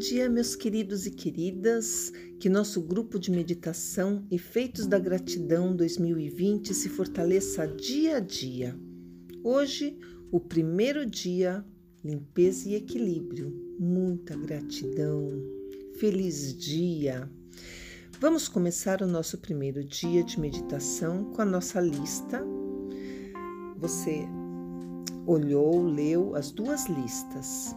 dia, meus queridos e queridas, que nosso grupo de meditação Efeitos da Gratidão 2020 se fortaleça dia a dia. Hoje, o primeiro dia, limpeza e equilíbrio. Muita gratidão. Feliz dia! Vamos começar o nosso primeiro dia de meditação com a nossa lista. Você olhou, leu as duas listas.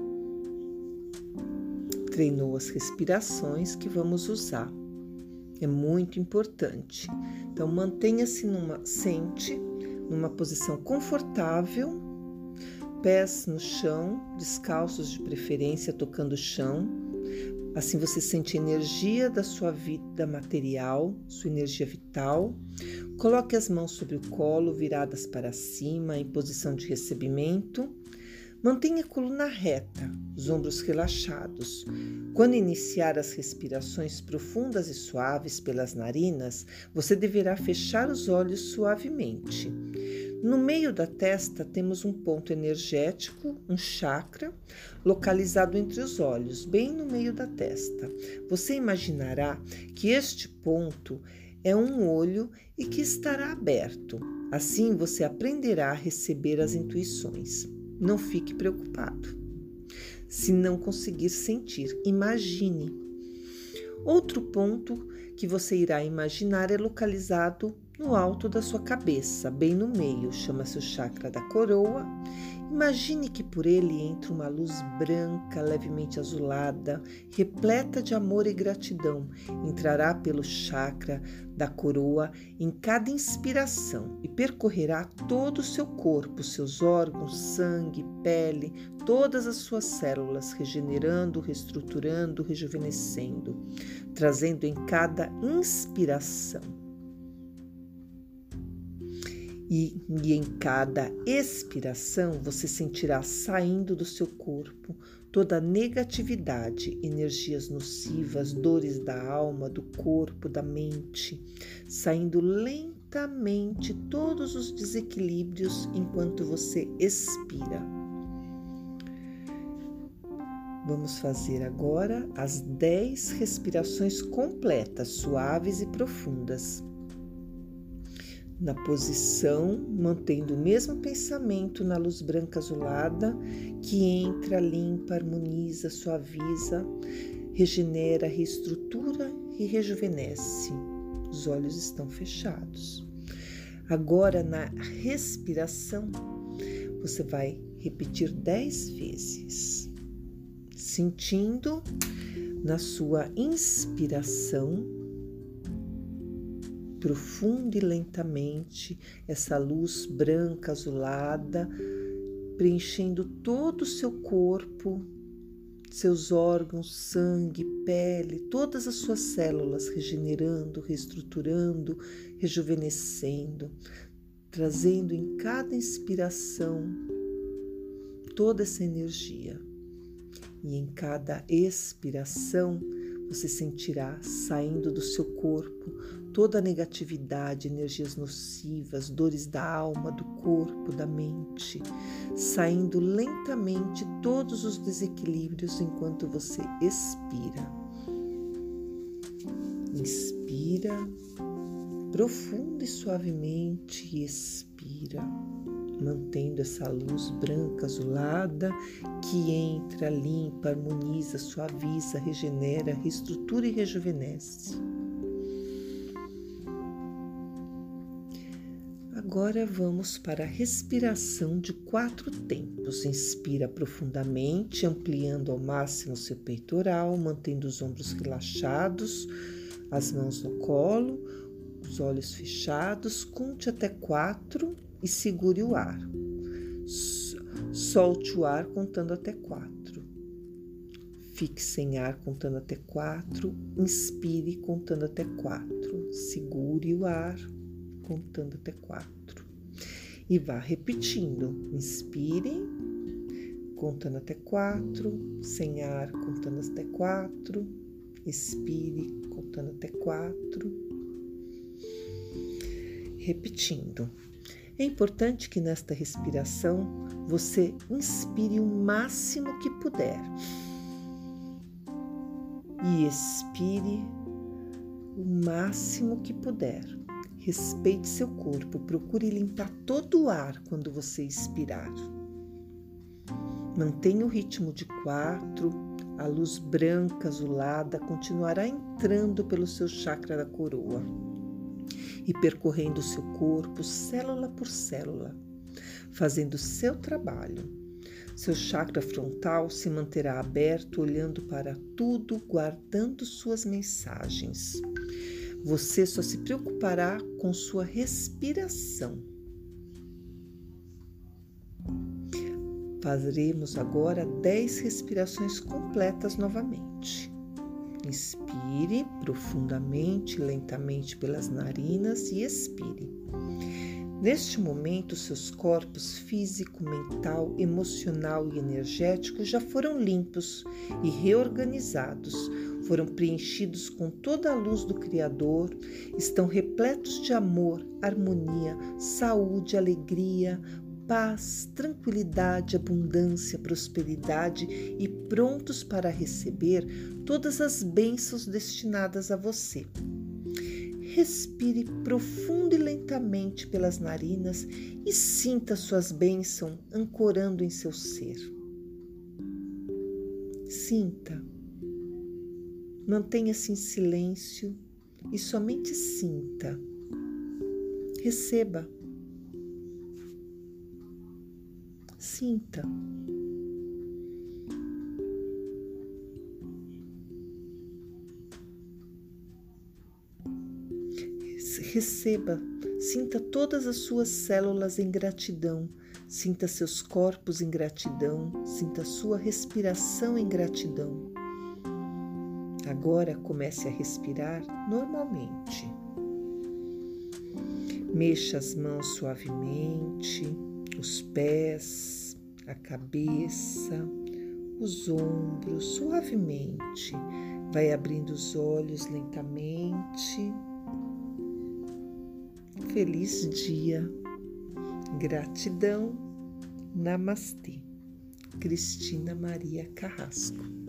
Treinou as respirações que vamos usar. É muito importante. Então, mantenha-se sente numa posição confortável, pés no chão, descalços de preferência, tocando o chão. Assim você sente a energia da sua vida material, sua energia vital. Coloque as mãos sobre o colo, viradas para cima, em posição de recebimento. Mantenha a coluna reta, os ombros relaxados. Quando iniciar as respirações profundas e suaves pelas narinas, você deverá fechar os olhos suavemente. No meio da testa temos um ponto energético, um chakra, localizado entre os olhos, bem no meio da testa. Você imaginará que este ponto é um olho e que estará aberto. Assim você aprenderá a receber as intuições. Não fique preocupado. Se não conseguir sentir, imagine. Outro ponto que você irá imaginar é localizado no alto da sua cabeça, bem no meio, chama-se o chakra da coroa. Imagine que por ele entra uma luz branca, levemente azulada, repleta de amor e gratidão. Entrará pelo chakra da coroa em cada inspiração e percorrerá todo o seu corpo, seus órgãos, sangue, pele, todas as suas células, regenerando, reestruturando, rejuvenescendo, trazendo em cada inspiração. E em cada expiração, você sentirá saindo do seu corpo toda a negatividade, energias nocivas, dores da alma, do corpo, da mente, saindo lentamente todos os desequilíbrios enquanto você expira. Vamos fazer agora as 10 respirações completas, suaves e profundas. Na posição, mantendo o mesmo pensamento na luz branca azulada, que entra, limpa, harmoniza, suaviza, regenera, reestrutura e rejuvenesce. Os olhos estão fechados. Agora, na respiração, você vai repetir 10 vezes, sentindo na sua inspiração, profunda e lentamente, essa luz branca azulada, preenchendo todo o seu corpo, seus órgãos, sangue, pele, todas as suas células, regenerando, reestruturando, rejuvenescendo, trazendo em cada inspiração toda essa energia. E em cada expiração, você sentirá saindo do seu corpo toda a negatividade, energias nocivas, dores da alma, do corpo, da mente, saindo lentamente todos os desequilíbrios enquanto você expira. Inspira profunda e suavemente e expira, mantendo essa luz branca azulada que entra, limpa, harmoniza, suaviza, regenera, reestrutura e rejuvenesce. Agora vamos para a respiração de 4 tempos. Inspira profundamente, ampliando ao máximo o seu peitoral, mantendo os ombros relaxados, as mãos no colo, os olhos fechados. Conte até 4 e segure o ar. Solte o ar contando até 4. Fique sem ar contando até 4. Inspire contando até 4. Segure o ar contando até 4. E vá repetindo. Inspire contando até 4. Sem ar contando até 4. Expire contando até 4. Repetindo. É importante que nesta respiração você inspire o máximo que puder. e expire o máximo que puder. Respeite seu corpo, procure limpar todo o ar quando você expirar. Mantenha o ritmo de 4, a luz branca azulada continuará entrando pelo seu chakra da coroa e percorrendo seu corpo célula por célula, fazendo seu trabalho. Seu chakra frontal se manterá aberto, olhando para tudo, guardando suas mensagens. Você só se preocupará com sua respiração. Faremos agora 10 respirações completas novamente. Inspire profundamente, lentamente pelas narinas e expire. Neste momento, seus corpos físico, mental, emocional e energético já foram limpos e reorganizados, foram preenchidos com toda a luz do Criador, estão repletos de amor, harmonia, saúde, alegria, paz, tranquilidade, abundância, prosperidade e prontos para receber todas as bênçãos destinadas a você. Respire profundo e lentamente pelas narinas e sinta suas bênçãos ancorando em seu ser. Sinta. Mantenha-se em silêncio e somente sinta. Receba. Sinta. Receba, sinta todas as suas células em gratidão, sinta seus corpos em gratidão, sinta sua respiração em gratidão. Agora comece a respirar normalmente. Mexa as mãos suavemente, os pés, a cabeça, os ombros suavemente. Vai abrindo os olhos lentamente. Feliz dia. Gratidão. Namastê. Cristina Maria Carrasco.